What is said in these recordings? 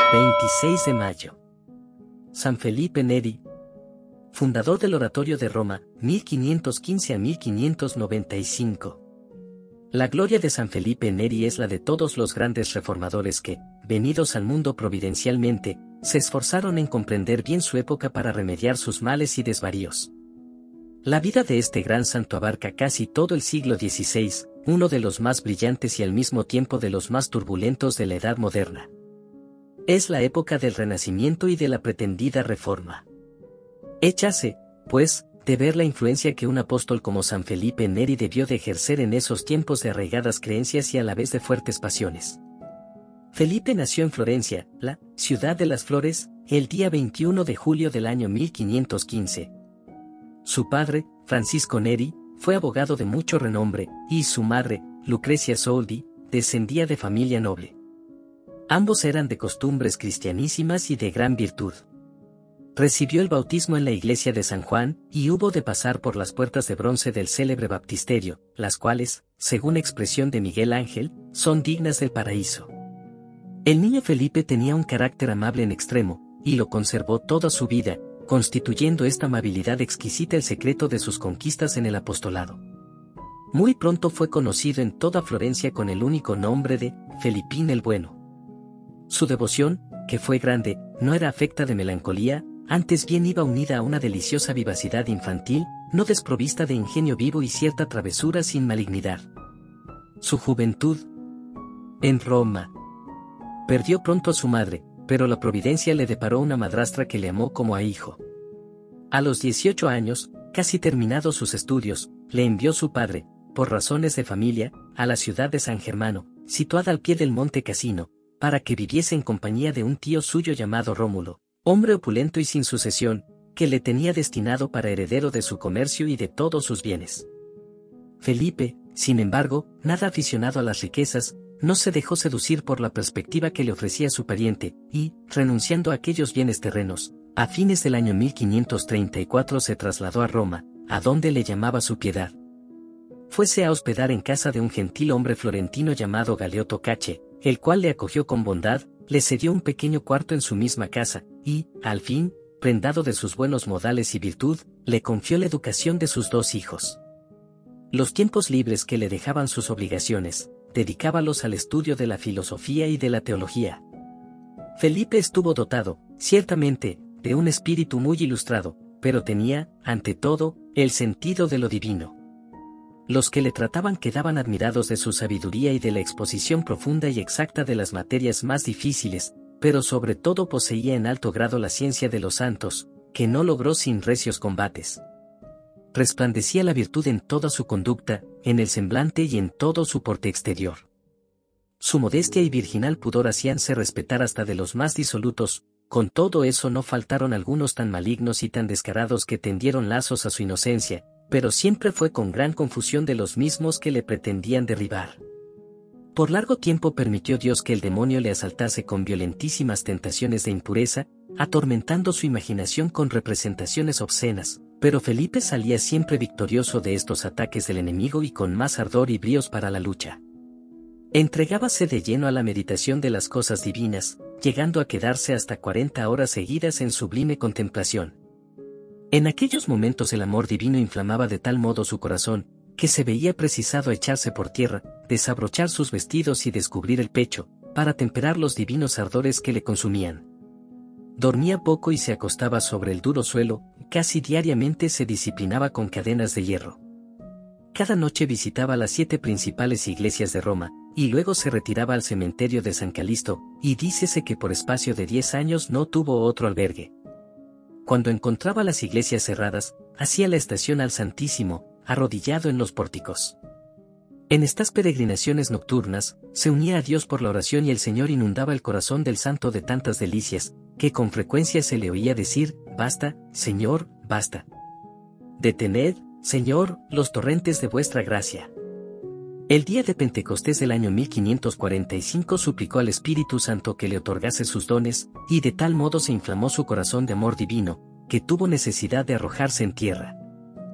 26 de mayo. San Felipe Neri, fundador del Oratorio de Roma, 1515 a 1595. La gloria de San Felipe Neri es la de todos los grandes reformadores que, venidos al mundo providencialmente, se esforzaron en comprender bien su época para remediar sus males y desvaríos. La vida de este gran santo abarca casi todo el siglo XVI, uno de los más brillantes y al mismo tiempo de los más turbulentos de la Edad Moderna. Es la época del Renacimiento y de la pretendida Reforma. Échase, pues, de ver la influencia que un apóstol como San Felipe Neri debió de ejercer en esos tiempos de arraigadas creencias y a la vez de fuertes pasiones. Felipe nació en Florencia, la ciudad de las flores, el día 21 de julio del año 1515. Su padre, Francisco Neri, fue abogado de mucho renombre, y su madre, Lucrecia Soldi, descendía de familia noble. Ambos eran de costumbres cristianísimas y de gran virtud. Recibió el bautismo en la iglesia de San Juan, y hubo de pasar por las puertas de bronce del célebre baptisterio, las cuales, según expresión de Miguel Ángel, son dignas del paraíso. El niño Felipe tenía un carácter amable en extremo, y lo conservó toda su vida, constituyendo esta amabilidad exquisita el secreto de sus conquistas en el apostolado. Muy pronto fue conocido en toda Florencia con el único nombre de Felipín el Bueno. Su devoción, que fue grande, no era afecta de melancolía, antes bien iba unida a una deliciosa vivacidad infantil, no desprovista de ingenio vivo y cierta travesura sin malignidad. Su juventud en Roma. Perdió pronto a su madre, pero la providencia le deparó una madrastra que le amó como a hijo. A los 18 años, casi terminados sus estudios, le envió su padre, por razones de familia, a la ciudad de San Germano, situada al pie del monte Casino, para que viviese en compañía de un tío suyo llamado Rómulo, hombre opulento y sin sucesión, que le tenía destinado para heredero de su comercio y de todos sus bienes. Felipe, sin embargo, nada aficionado a las riquezas, no se dejó seducir por la perspectiva que le ofrecía su pariente, y, renunciando a aquellos bienes terrenos, a fines del año 1534 se trasladó a Roma, a donde le llamaba su piedad. Fuese a hospedar en casa de un gentil hombre florentino llamado Galeotto Cache, el cual le acogió con bondad, le cedió un pequeño cuarto en su misma casa, y, al fin, prendado de sus buenos modales y virtud, le confió la educación de sus 2 hijos. Los tiempos libres que le dejaban sus obligaciones, dedicábalos al estudio de la filosofía y de la teología. Felipe estuvo dotado, ciertamente, de un espíritu muy ilustrado, pero tenía, ante todo, el sentido de lo divino. Los que le trataban quedaban admirados de su sabiduría y de la exposición profunda y exacta de las materias más difíciles, pero sobre todo poseía en alto grado la ciencia de los santos, que no logró sin recios combates. Resplandecía la virtud en toda su conducta, en el semblante y en todo su porte exterior. Su modestia y virginal pudor hacíanse respetar hasta de los más disolutos, con todo eso no faltaron algunos tan malignos y tan descarados que tendieron lazos a su inocencia, pero siempre fue con gran confusión de los mismos que le pretendían derribar. Por largo tiempo permitió Dios que el demonio le asaltase con violentísimas tentaciones de impureza, atormentando su imaginación con representaciones obscenas, pero Felipe salía siempre victorioso de estos ataques del enemigo y con más ardor y bríos para la lucha. Entregábase de lleno a la meditación de las cosas divinas, llegando a quedarse hasta 40 horas seguidas en sublime contemplación. En aquellos momentos el amor divino inflamaba de tal modo su corazón, que se veía precisado a echarse por tierra, desabrochar sus vestidos y descubrir el pecho, para temperar los divinos ardores que le consumían. Dormía poco y se acostaba sobre el duro suelo, casi diariamente se disciplinaba con cadenas de hierro. Cada noche visitaba las 7 principales iglesias de Roma, y luego se retiraba al cementerio de San Calisto, y dícese que por espacio de 10 años no tuvo otro albergue. Cuando encontraba las iglesias cerradas, hacía la estación al Santísimo, arrodillado en los pórticos. En estas peregrinaciones nocturnas, se unía a Dios por la oración y el Señor inundaba el corazón del santo de tantas delicias, que con frecuencia se le oía decir: «Basta, Señor, basta. Detened, Señor, los torrentes de vuestra gracia». El día de Pentecostés del año 1545 suplicó al Espíritu Santo que le otorgase sus dones, y de tal modo se inflamó su corazón de amor divino, que tuvo necesidad de arrojarse en tierra.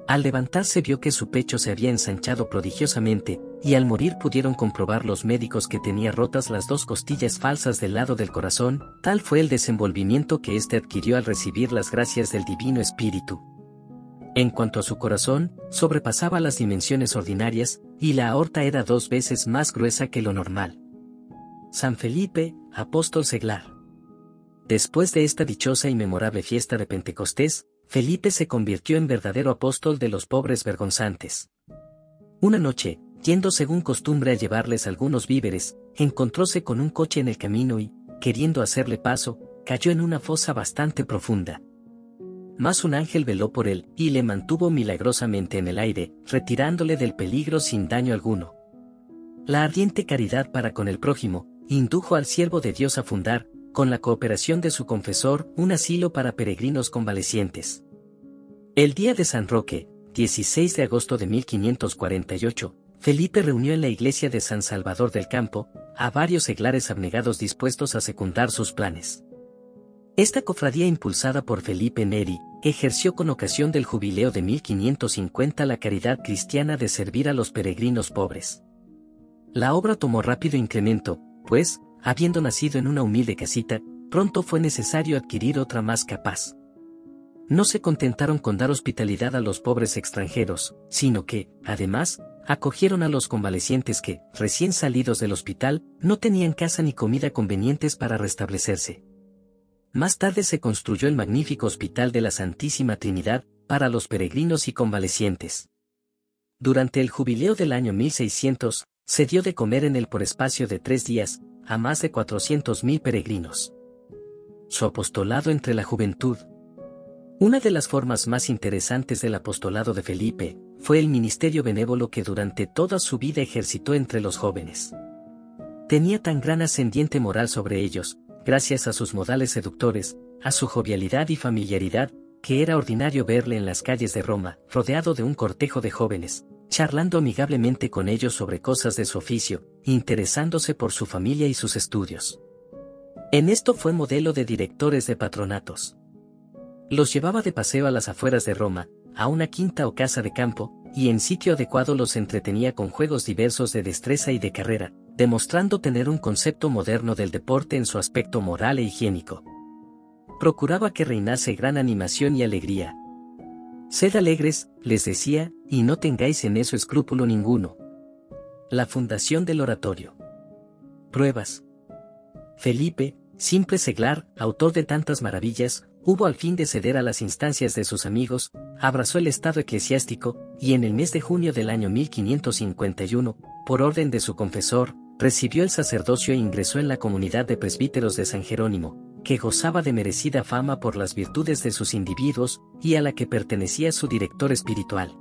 Al levantarse vio que su pecho se había ensanchado prodigiosamente, y al morir pudieron comprobar los médicos que tenía rotas las 2 costillas falsas del lado del corazón. Tal fue el desenvolvimiento que éste adquirió al recibir las gracias del Divino Espíritu. En cuanto a su corazón, sobrepasaba las dimensiones ordinarias, y la aorta era 2 veces más gruesa que lo normal. San Felipe, apóstol seglar. Después de esta dichosa y memorable fiesta de Pentecostés, Felipe se convirtió en verdadero apóstol de los pobres vergonzantes. Una noche, yendo según costumbre a llevarles algunos víveres, encontróse con un coche en el camino y, queriendo hacerle paso, cayó en una fosa bastante profunda. Mas un ángel veló por él y le mantuvo milagrosamente en el aire, retirándole del peligro sin daño alguno. La ardiente caridad para con el prójimo indujo al siervo de Dios a fundar, con la cooperación de su confesor, un asilo para peregrinos convalecientes. El día de San Roque, 16 de agosto de 1548, Felipe reunió en la iglesia de San Salvador del Campo a varios seglares abnegados dispuestos a secundar sus planes. Esta cofradía, impulsada por Felipe Neri, ejerció con ocasión del jubileo de 1550 la caridad cristiana de servir a los peregrinos pobres. La obra tomó rápido incremento, pues, habiendo nacido en una humilde casita, pronto fue necesario adquirir otra más capaz. No se contentaron con dar hospitalidad a los pobres extranjeros, sino que, además, acogieron a los convalecientes que, recién salidos del hospital, no tenían casa ni comida convenientes para restablecerse. Más tarde se construyó el magnífico Hospital de la Santísima Trinidad, para los peregrinos y convalecientes. Durante el jubileo del año 1600, se dio de comer en él por espacio de 3 días, a más de 400.000 peregrinos. Su apostolado entre la juventud. Una de las formas más interesantes del apostolado de Felipe, fue el ministerio benévolo que durante toda su vida ejercitó entre los jóvenes. Tenía tan gran ascendiente moral sobre ellos, gracias a sus modales seductores, a su jovialidad y familiaridad, que era ordinario verle en las calles de Roma, rodeado de un cortejo de jóvenes, charlando amigablemente con ellos sobre cosas de su oficio, interesándose por su familia y sus estudios. En esto fue modelo de directores de patronatos. Los llevaba de paseo a las afueras de Roma, a una quinta o casa de campo, y en sitio adecuado los entretenía con juegos diversos de destreza y de carrera, demostrando tener un concepto moderno del deporte en su aspecto moral e higiénico. Procuraba que reinase gran animación y alegría. Sed alegres, les decía, y no tengáis en eso escrúpulo ninguno. La fundación del oratorio. Pruebas. Felipe, simple seglar, autor de tantas maravillas, hubo al fin de ceder a las instancias de sus amigos, abrazó el estado eclesiástico, y en el mes de junio del año 1551, por orden de su confesor, recibió el sacerdocio e ingresó en la comunidad de presbíteros de San Jerónimo, que gozaba de merecida fama por las virtudes de sus individuos, y a la que pertenecía su director espiritual.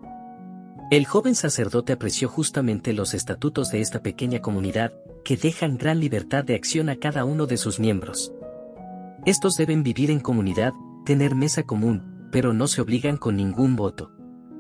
El joven sacerdote apreció justamente los estatutos de esta pequeña comunidad, que dejan gran libertad de acción a cada uno de sus miembros. Estos deben vivir en comunidad, tener mesa común, pero no se obligan con ningún voto.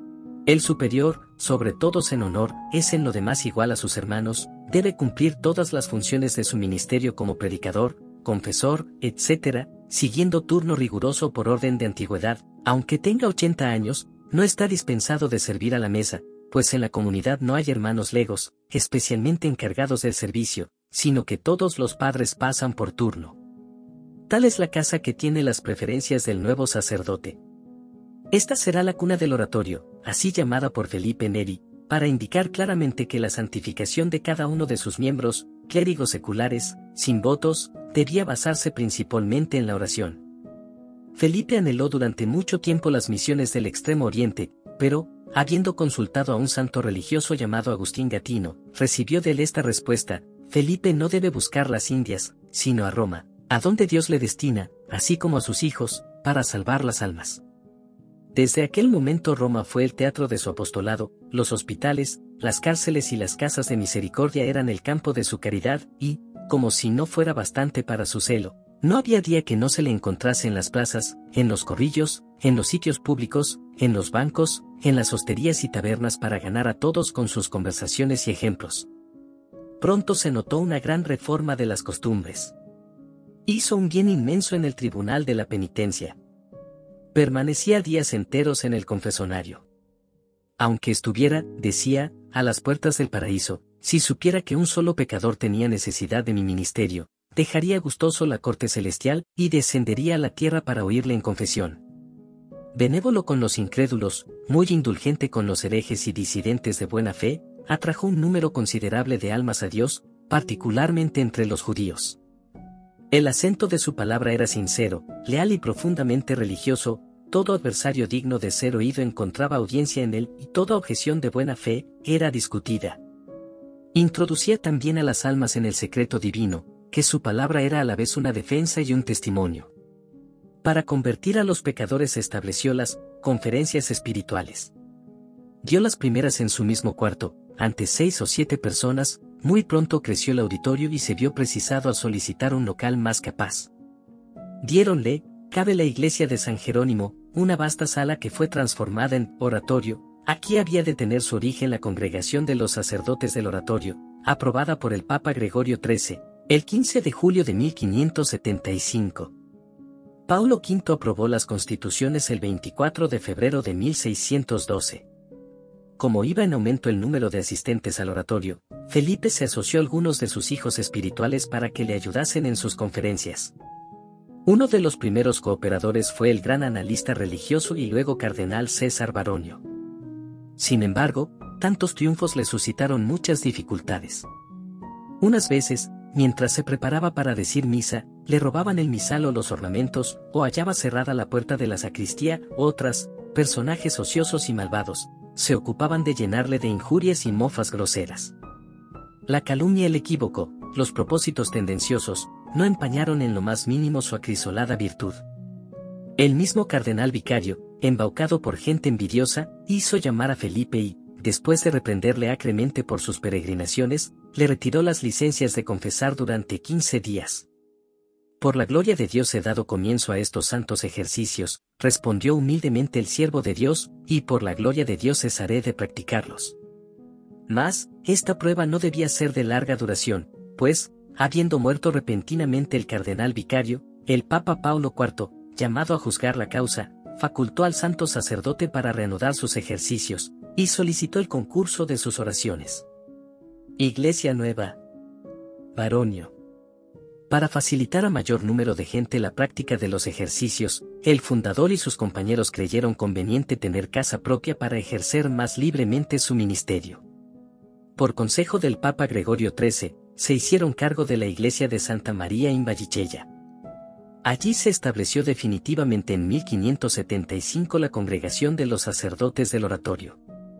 El superior, sobre todos en honor, es en lo demás igual a sus hermanos, debe cumplir todas las funciones de su ministerio como predicador, confesor, etc., siguiendo turno riguroso por orden de antigüedad. Aunque tenga 80 años, no está dispensado de servir a la mesa, pues en la comunidad no hay hermanos legos, especialmente encargados del servicio, sino que todos los padres pasan por turno. Tal es la casa que tiene las preferencias del nuevo sacerdote. Esta será la cuna del oratorio, así llamada por Felipe Neri, para indicar claramente que la santificación de cada uno de sus miembros, clérigos seculares, sin votos, debía basarse principalmente en la oración. Felipe anheló durante mucho tiempo las misiones del Extremo Oriente, pero, habiendo consultado a un santo religioso llamado Agustín Gatino, recibió de él esta respuesta: Felipe no debe buscar las Indias, sino a Roma, a donde Dios le destina, así como a sus hijos, para salvar las almas. Desde aquel momento Roma fue el teatro de su apostolado, los hospitales, las cárceles y las casas de misericordia eran el campo de su caridad, y, como si no fuera bastante para su celo, no había día que no se le encontrase en las plazas, en los corrillos, en los sitios públicos, en los bancos, en las hosterías y tabernas para ganar a todos con sus conversaciones y ejemplos. Pronto se notó una gran reforma de las costumbres. Hizo un bien inmenso en el tribunal de la penitencia. Permanecía días enteros en el confesonario. Aunque estuviera, decía, a las puertas del paraíso, si supiera que un solo pecador tenía necesidad de mi ministerio, dejaría gustoso la corte celestial y descendería a la tierra para oírle en confesión. Benévolo con los incrédulos, muy indulgente con los herejes y disidentes de buena fe, atrajo un número considerable de almas a Dios, particularmente entre los judíos. El acento de su palabra era sincero, leal y profundamente religioso. Todo adversario digno de ser oído encontraba audiencia en él y toda objeción de buena fe era discutida. Introducía también a las almas en el secreto divino, que su palabra era a la vez una defensa y un testimonio. Para convertir a los pecadores estableció las conferencias espirituales. Dio las primeras en su mismo cuarto, ante 6 o 7 personas. Muy pronto creció el auditorio y se vio precisado a solicitar un local más capaz. Diéronle, cabe la iglesia de San Jerónimo, una vasta sala que fue transformada en oratorio. Aquí había de tener su origen la congregación de los sacerdotes del oratorio, aprobada por el Papa Gregorio XIII, el 15 de julio de 1575. Paulo V aprobó las constituciones el 24 de febrero de 1612. Como iba en aumento el número de asistentes al oratorio, Felipe se asoció a algunos de sus hijos espirituales para que le ayudasen en sus conferencias. Uno de los primeros cooperadores fue el gran analista religioso y luego cardenal César Baronio. Sin embargo, tantos triunfos le suscitaron muchas dificultades. Unas veces, mientras se preparaba para decir misa, le robaban el misal o los ornamentos, o hallaba cerrada la puerta de la sacristía. Otras, personajes ociosos y malvados, se ocupaban de llenarle de injurias y mofas groseras. La calumnia y el equívoco, los propósitos tendenciosos, no empañaron en lo más mínimo su acrisolada virtud. El mismo cardenal vicario, embaucado por gente envidiosa, hizo llamar a Felipe y, después de reprenderle acremente por sus peregrinaciones, le retiró las licencias de confesar durante 15 días. Por la gloria de Dios he dado comienzo a estos santos ejercicios, respondió humildemente el siervo de Dios, y por la gloria de Dios cesaré de practicarlos. Mas, esta prueba no debía ser de larga duración, pues, habiendo muerto repentinamente el cardenal vicario, el Papa Paulo IV, llamado a juzgar la causa, facultó al santo sacerdote para reanudar sus ejercicios, y solicitó el concurso de sus oraciones. Iglesia Nueva. Baronio. Para facilitar a mayor número de gente la práctica de los ejercicios, el fundador y sus compañeros creyeron conveniente tener casa propia para ejercer más libremente su ministerio. Por consejo del Papa Gregorio XIII, se hicieron cargo de la iglesia de Santa María in Vallicella. Allí se estableció definitivamente en 1575 la congregación de los sacerdotes del oratorio.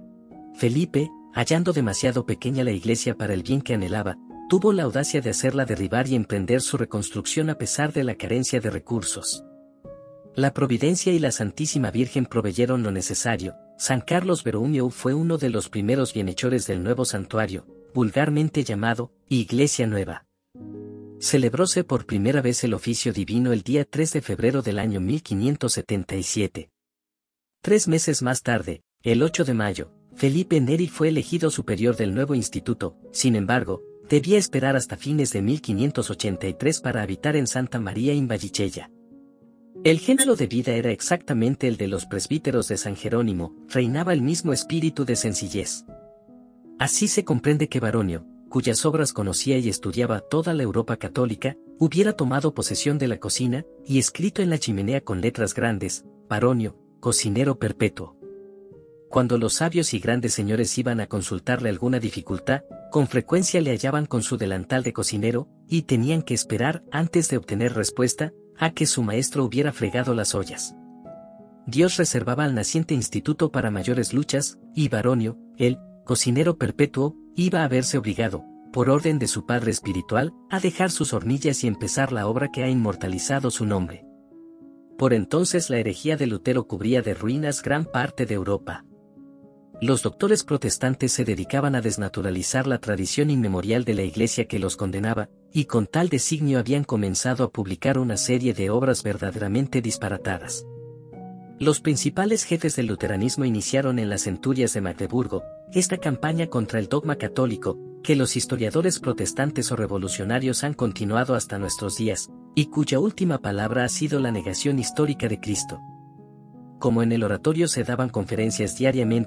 Felipe, hallando demasiado pequeña la iglesia para el bien que anhelaba, tuvo la audacia de hacerla derribar y emprender su reconstrucción a pesar de la carencia de recursos. La Providencia y la Santísima Virgen proveyeron lo necesario. San Carlos Borromeo fue uno de los primeros bienhechores del nuevo santuario, vulgarmente llamado Iglesia Nueva. Celebróse por primera vez el oficio divino el día 3 de febrero del año 1577. 3 meses más tarde, el 8 de mayo, Felipe Neri fue elegido superior del nuevo instituto. Sin embargo, debía esperar hasta fines de 1583 para habitar en Santa María in Vallicella. El género de vida era exactamente el de los presbíteros de San Jerónimo, reinaba el mismo espíritu de sencillez. Así se comprende que Baronio, cuyas obras conocía y estudiaba toda la Europa católica, hubiera tomado posesión de la cocina, y escrito en la chimenea con letras grandes, Baronio, cocinero perpetuo. Cuando los sabios y grandes señores iban a consultarle alguna dificultad, con frecuencia le hallaban con su delantal de cocinero, y tenían que esperar, antes de obtener respuesta, a que su maestro hubiera fregado las ollas. Dios reservaba al naciente instituto para mayores luchas, y Baronio, el cocinero perpetuo, iba a verse obligado, por orden de su padre espiritual, a dejar sus hornillas y empezar la obra que ha inmortalizado su nombre. Por entonces la herejía de Lutero cubría de ruinas gran parte de Europa. Los doctores protestantes se dedicaban a desnaturalizar la tradición inmemorial de la Iglesia que los condenaba, y con tal designio habían comenzado a publicar una serie de obras verdaderamente disparatadas. Los principales jefes del luteranismo iniciaron en las centurias de Magdeburgo esta campaña contra el dogma católico, que los historiadores protestantes o revolucionarios han continuado hasta nuestros días, y cuya última palabra ha sido la negación histórica de Cristo. Como en el oratorio se daban conferencias diariamente,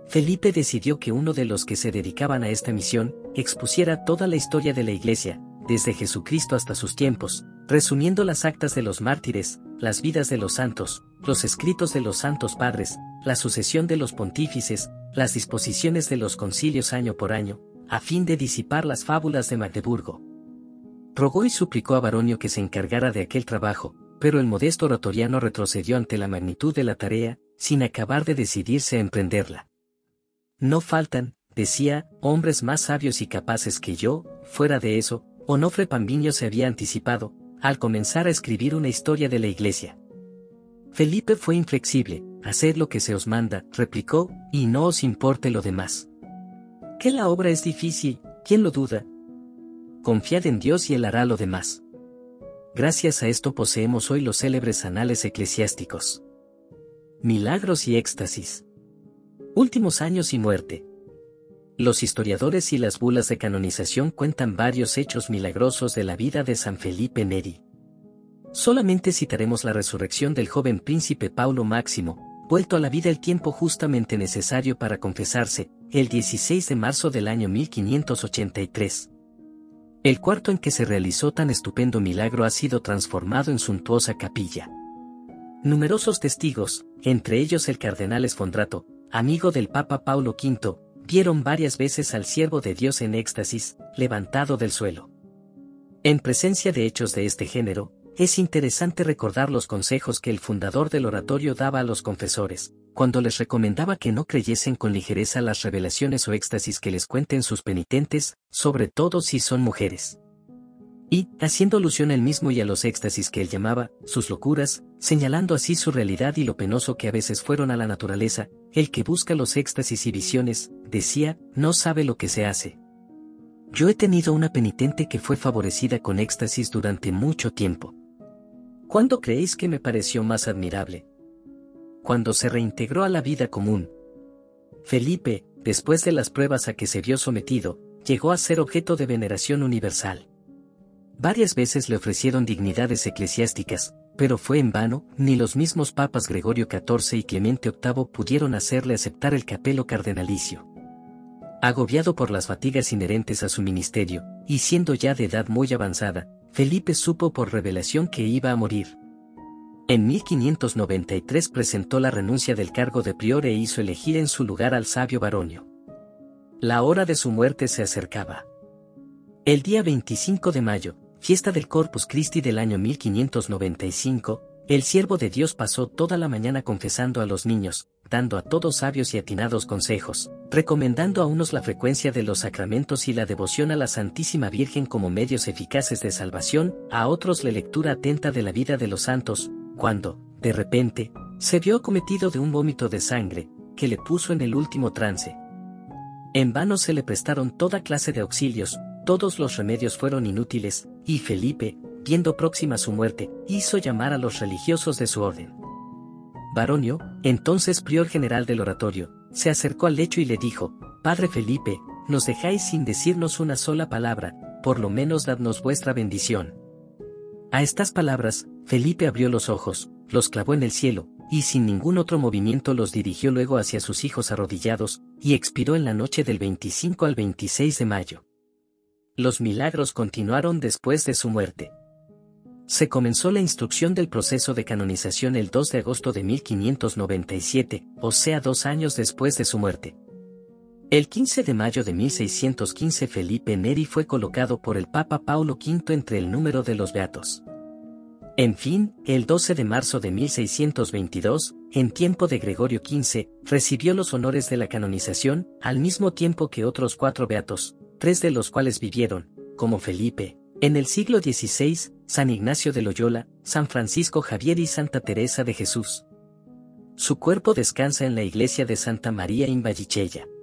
Felipe decidió que uno de los que se dedicaban a esta misión expusiera toda la historia de la Iglesia, desde Jesucristo hasta sus tiempos, resumiendo las actas de los mártires, las vidas de los santos, los escritos de los santos padres, la sucesión de los pontífices, las disposiciones de los concilios año por año, a fin de disipar las fábulas de Magdeburgo. Rogó y suplicó a Baronio que se encargara de aquel trabajo, pero el modesto oratoriano retrocedió ante la magnitud de la tarea, sin acabar de decidirse a emprenderla. No faltan, decía, hombres más sabios y capaces que yo. Fuera de eso, Onofre Pambiño se había anticipado, al comenzar a escribir una historia de la Iglesia. Felipe fue inflexible. Haced lo que se os manda, replicó, y no os importe lo demás. Que la obra es difícil, ¿quién lo duda? Confiad en Dios y Él hará lo demás. Gracias a esto poseemos hoy los célebres anales eclesiásticos. Milagros y éxtasis. Últimos años y muerte. Los historiadores y las bulas de canonización cuentan varios hechos milagrosos de la vida de San Felipe Neri. Solamente citaremos la resurrección del joven príncipe Paulo Máximo, vuelto a la vida el tiempo justamente necesario para confesarse, el 16 de marzo del año 1583. El cuarto en que se realizó tan estupendo milagro ha sido transformado en suntuosa capilla. Numerosos testigos, entre ellos el cardenal Esfondrato, amigo del Papa Paulo V, vieron varias veces al siervo de Dios en éxtasis, levantado del suelo. En presencia de hechos de este género, es interesante recordar los consejos que el fundador del oratorio daba a los confesores, cuando les recomendaba que no creyesen con ligereza las revelaciones o éxtasis que les cuenten sus penitentes, sobre todo si son mujeres. Y, haciendo alusión él mismo y a los éxtasis que él llamaba, sus locuras, señalando así su realidad y lo penoso que a veces fueron a la naturaleza, el que busca los éxtasis y visiones, decía, no sabe lo que se hace. Yo he tenido una penitente que fue favorecida con éxtasis durante mucho tiempo. ¿Cuándo creéis que me pareció más admirable? Cuando se reintegró a la vida común. Felipe, después de las pruebas a que se vio sometido, llegó a ser objeto de veneración universal. Varias veces le ofrecieron dignidades eclesiásticas, pero fue en vano. Ni los mismos papas Gregorio XIV y Clemente VIII pudieron hacerle aceptar el capelo cardenalicio. Agobiado por las fatigas inherentes a su ministerio, y siendo ya de edad muy avanzada, Felipe supo por revelación que iba a morir. En 1593 presentó la renuncia del cargo de prior e hizo elegir en su lugar al sabio Baronio. La hora de su muerte se acercaba. El día 25 de mayo, fiesta del Corpus Christi del año 1595, el siervo de Dios pasó toda la mañana confesando a los niños, dando a todos sabios y atinados consejos, recomendando a unos la frecuencia de los sacramentos y la devoción a la Santísima Virgen como medios eficaces de salvación, a otros la lectura atenta de la vida de los santos, cuando, de repente, se vio acometido de un vómito de sangre, que le puso en el último trance. En vano se le prestaron toda clase de auxilios, todos los remedios fueron inútiles, y Felipe, viendo próxima su muerte, hizo llamar a los religiosos de su orden. Baronio, entonces prior general del oratorio, se acercó al lecho y le dijo, Padre Felipe, nos dejáis sin decirnos una sola palabra, por lo menos dadnos vuestra bendición. A estas palabras, Felipe abrió los ojos, los clavó en el cielo, y sin ningún otro movimiento los dirigió luego hacia sus hijos arrodillados, y expiró en la noche del 25 al 26 de mayo. Los milagros continuaron después de su muerte. Se comenzó la instrucción del proceso de canonización el 2 de agosto de 1597, o sea 2 años después de su muerte. El 15 de mayo de 1615 Felipe Neri fue colocado por el Papa Paulo V entre el número de los beatos. En fin, el 12 de marzo de 1622, en tiempo de Gregorio XV, recibió los honores de la canonización, al mismo tiempo que otros 4 beatos, 3 de los cuales vivieron, como Felipe, en el siglo XVI, San Ignacio de Loyola, San Francisco Javier y Santa Teresa de Jesús. Su cuerpo descansa en la iglesia de Santa María in Vallicella.